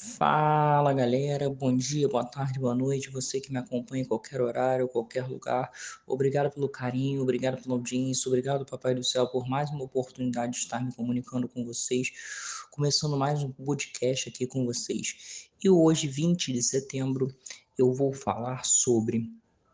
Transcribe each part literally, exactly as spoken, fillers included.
Fala galera, bom dia, boa tarde, boa noite, você que me acompanha em qualquer horário, qualquer lugar. Obrigado pelo carinho, obrigado pela audiência, obrigado, Papai do Céu, por mais uma oportunidade de estar me comunicando com vocês, começando mais um podcast aqui com vocês. E hoje, vinte de setembro, eu vou falar sobre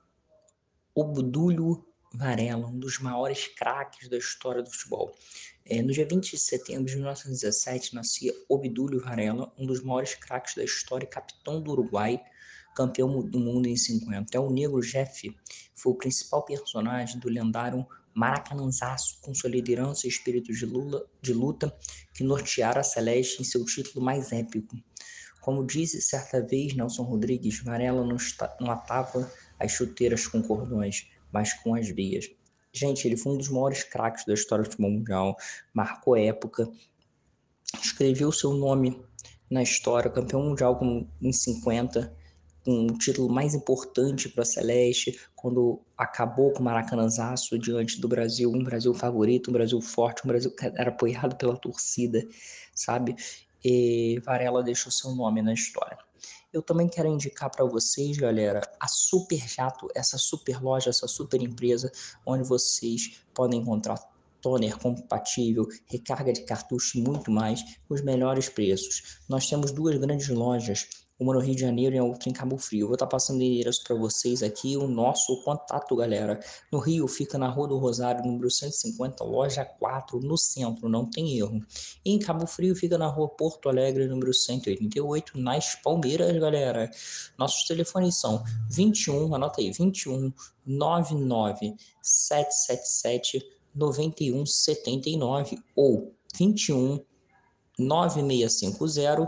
Obdúlio Varela, um dos maiores craques da história do futebol. É, no dia vinte de setembro de mil novecentos e dezessete, nascia Obdúlio Varela, um dos maiores craques da história, capitão do Uruguai, campeão do mundo em cinquenta. É o Negro Jeff, foi o principal personagem do lendário Maracanãzaço, com sua liderança e espírito de, Lula, de luta que norteara a Celeste em seu título mais épico. Como disse certa vez Nelson Rodrigues, Varela não, está, não atava as chuteiras com cordões, mas com as veias. Gente, ele foi um dos maiores craques da história do futebol mundial, marcou época, escreveu seu nome na história, campeão mundial com, em cinquenta, com o título mais importante para a Celeste, quando acabou com o Maracanãzaço diante do Brasil, um Brasil favorito, um Brasil forte, um Brasil que era apoiado pela torcida, sabe? E Varela deixou seu nome na história. Eu também quero indicar para vocês, galera, a Super Jato, essa super loja, essa super empresa, onde vocês podem encontrar toner compatível, recarga de cartucho e muito mais, com os melhores preços. Nós temos duas grandes lojas, uma no Rio de Janeiro e a outra em Cabo Frio. Eu vou estar passando o endereço para vocês aqui, o nosso contato, galera. No Rio fica na Rua do Rosário, número cento e cinquenta, loja quatro, no centro, não tem erro. E em Cabo Frio fica na Rua Porto Alegre, número cento e oitenta e oito, nas Palmeiras, galera. Nossos telefones são vinte e um, anota aí, vinte e um, nove nove sete sete sete, nove um sete nove ou vinte e um, nove seis cinco zero,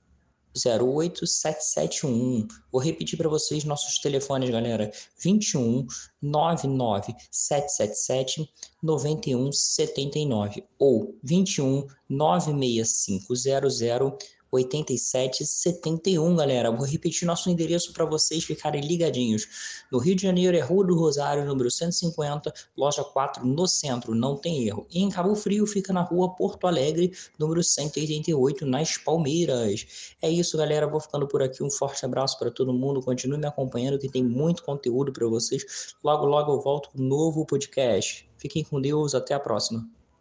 zero oito sete sete um. Vou repetir para vocês nossos telefones, galera. vinte e um, nove nove sete sete sete, nove um sete nove ou vinte e um, nove seis cinco zero zero, oito sete sete um, galera. Vou repetir nosso endereço para vocês ficarem ligadinhos. No Rio de Janeiro é Rua do Rosário, número cento e cinquenta, loja quatro, no centro, não tem erro. E em Cabo Frio fica na Rua Porto Alegre, número cento e oitenta e oito, nas Palmeiras. É isso, galera. Vou ficando por aqui. Um forte abraço para todo mundo. Continue me acompanhando que tem muito conteúdo para vocês. Logo, logo eu volto com um novo podcast. Fiquem com Deus. Até a próxima.